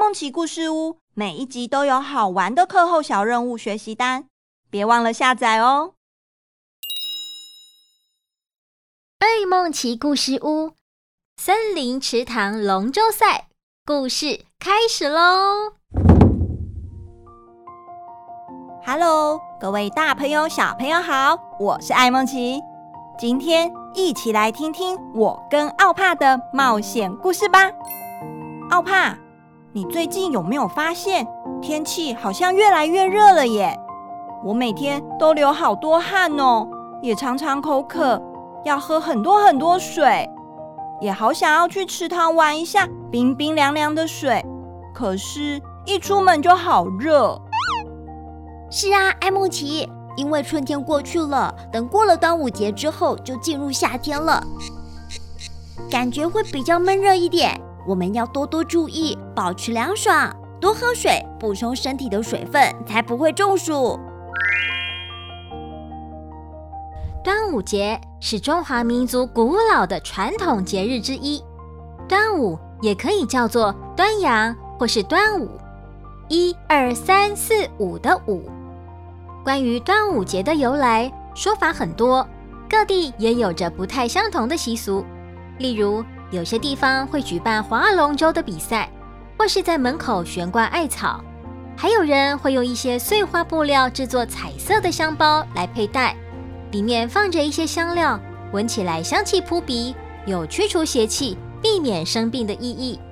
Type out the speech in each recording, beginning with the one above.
梦奇故事屋每一集都有好玩的课后小任务学习单，别忘了下载哦。 爱梦奇故事屋森林池塘龙舟赛故事开始咯。 Hello， 各位大朋友小朋友好，我是爱梦奇。今天一起来听听我跟奥帕的冒险故事吧。奥帕，你最近有没有发现天气好像越来越热了耶？我每天都流好多汗哦，也常常口渴，要喝很多很多水，也好想要去池塘玩一下冰冰凉凉的水，可是一出门就好热。 是啊，爱梦奇，因为春天过去了，等过了端午节之后就进入夏天了，感觉会比较闷热一点，我们要多多注意保持凉爽，多喝水，补充身体的水分，才不会中暑。 端午节是中华民族古老的传统节日之一，端午也可以叫做端阳或是端午，1、2、3、4、5的5。关于端午节的由来，说法很多，各地也有着不太相同的习俗。例如，有些地方会举办划龙舟的比赛，或是在门口悬挂艾草，还有人会用一些碎花布料制作彩色的香包来佩戴，里面放着一些香料，闻起来香气扑鼻，有驱除邪气、避免生病的意义。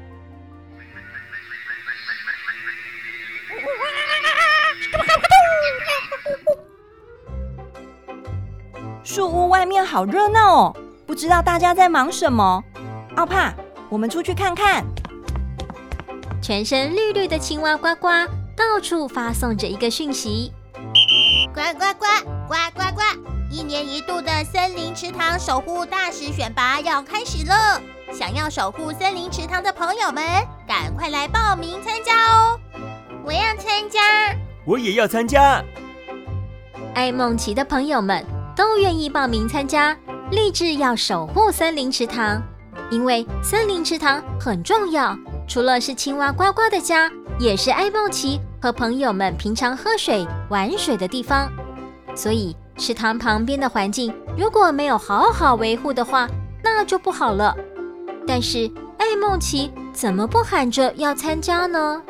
树屋外面好热闹哦，不知道大家在忙什么。奥帕，我们出去看看。 全身绿绿的青蛙呱呱到处发送着一个讯息： 呱呱呱呱呱呱！1年1度的森林池塘守护大使选拔要开始了，想要守护森林池塘的朋友们，赶快来报名参加哦！我要参加， 我也要参加。 爱梦奇的朋友们都愿意报名参加，立志要守护森林池塘，因为森林池塘很重要，除了是青蛙呱呱的家，也是爱梦奇和朋友们平常喝水玩水的地方。所以池塘旁边的环境如果没有好好维护的话，那就不好了。但是爱梦奇怎么不喊着要参加呢？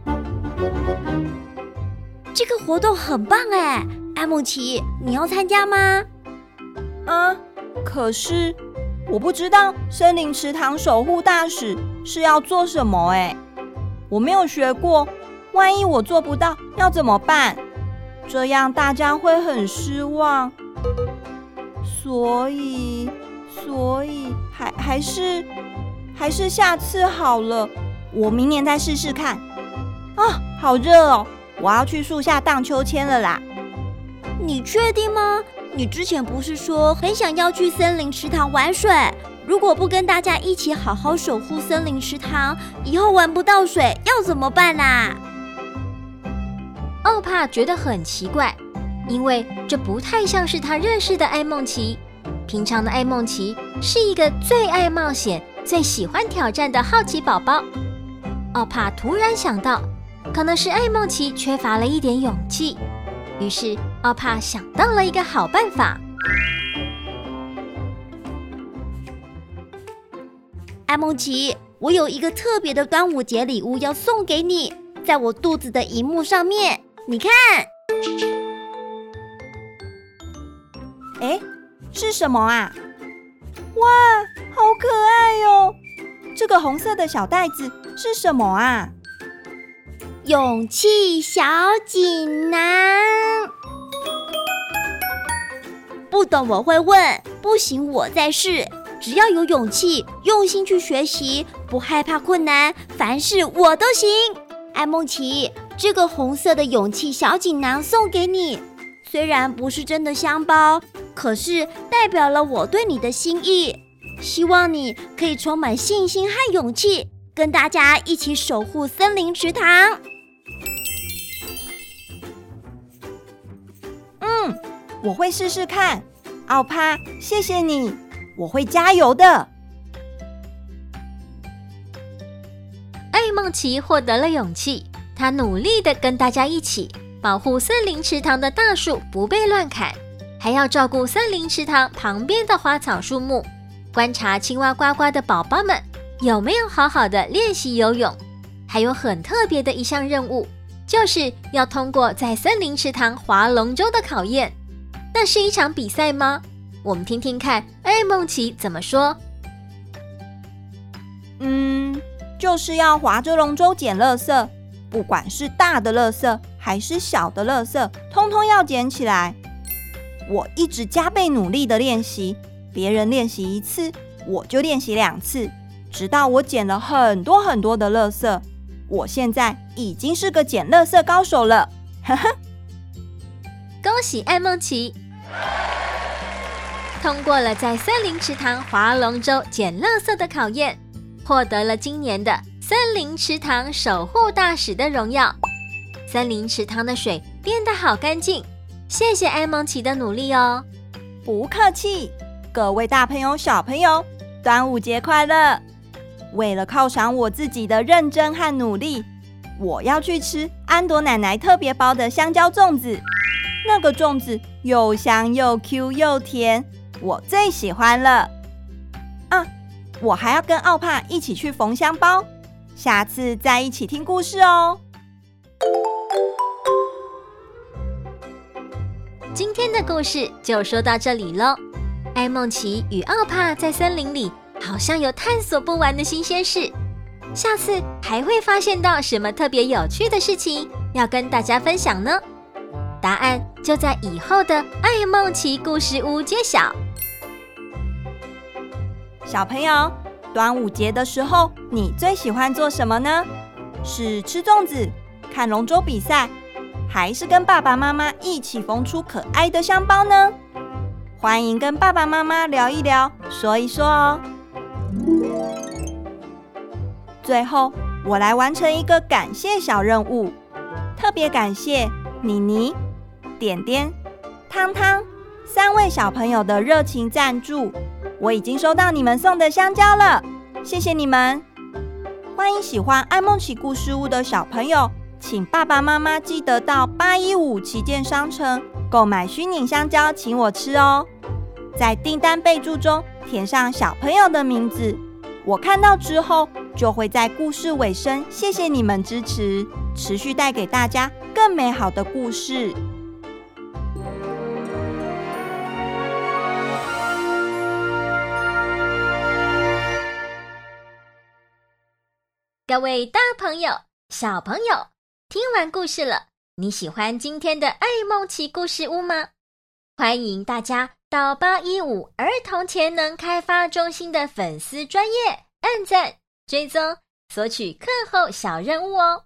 这个活动很棒哎，爱梦奇，你要参加吗？ 可是我不知道森林池塘守护大使是要做什么哎，我没有学过，万一我做不到要怎么办？这样大家会很失望，所以还是下次好了，我明年再试试看。好热哦，我要去树下荡秋千了啦。 你确定吗？你之前不是说很想要去森林池塘玩水？如果不跟大家一起好好守护森林池塘，以后玩不到水要怎么办啊？ 奥帕觉得很奇怪，因为这不太像是他认识的爱梦奇。平常的爱梦奇是一个最爱冒险、最喜欢挑战的好奇宝宝。奥帕突然想到，可能是爱梦奇缺乏了一点勇气，于是奥帕想到了一个好办法。 爱梦奇，我有一个特别的端午节礼物要送给你，在我肚子的萤幕上面，你看。 是什么啊？哇，好可爱哦！这个红色的小袋子是什么啊？ 勇气小锦囊。不懂我会问，不行我再试。只要有勇气，用心去学习，不害怕困难，凡事我都行。爱梦奇，这个红色的勇气小锦囊送给你，虽然不是真的香包，可是代表了我对你的心意。希望你可以充满信心和勇气，跟大家一起守护森林池塘。 我会试试看。奥帕，谢谢你，我会加油的。 爱梦梦琪获得了勇气，他努力地跟大家一起保护森林池塘的大树不被乱砍，还要照顾森林池塘旁边的花草树木，观察青蛙呱呱的宝宝们有没有好好的练习游泳。还有很特别的一项任务，就是要通过在森林池塘划龙舟的考验。那是一场比赛吗？我们听听看艾梦琪怎么说。 就是要划着龙舟捡垃圾，不管是大的垃圾还是小的垃圾，通通要捡起来。我一直加倍努力的练习，别人练习1次，我就练习2次，直到我捡了很多很多的垃圾。我现在已经是个捡垃圾高手了，呵呵。 恭喜艾梦琪通过了在森林池塘划龙舟捡垃圾的考验，获得了今年的森林池塘守护大使的荣耀。森林池塘的水变得好干净，谢谢艾梦琪的努力哦。 不客气，各位大朋友小朋友，端午节快乐！为了犒赏我自己的认真和努力，我要去吃安朵奶奶特别包的香蕉粽子。那个粽子又香又 Q 又甜，我最喜欢了。我还要跟奥帕一起去缝香包，下次再一起听故事哦。 今天的故事就说到这里咯。艾梦琪与奥帕在森林里好像有探索不完的新鲜事，下次还会发现到什么特别有趣的事情要跟大家分享呢？答案就在以后的艾梦琪故事屋揭晓。 小朋友，端午节的时候你最喜欢做什么呢？是吃粽子、看龙舟比赛，还是跟爸爸妈妈一起缝出可爱的香包呢？欢迎跟爸爸妈妈聊一聊，说一说哦。最后，我来完成一个感谢小任务，特别感谢妮妮、点点、汤汤3位小朋友的热情赞助。我已经收到你们送的香蕉了，谢谢你们！欢迎喜欢爱梦奇故事屋的小朋友，请爸爸妈妈记得到815旗舰商城购买虚拟香蕉，请我吃哦。在订单备注中填上小朋友的名字，我看到之后就会在故事尾声谢谢你们支持，持续带给大家更美好的故事。 各位大朋友、小朋友，听完故事了，你喜欢今天的爱梦奇故事屋吗？欢迎大家到815儿童潜能开发中心的粉丝专页按赞、追踪、索取课后小任务哦。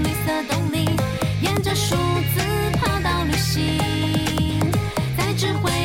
数字爬到旅行，在智慧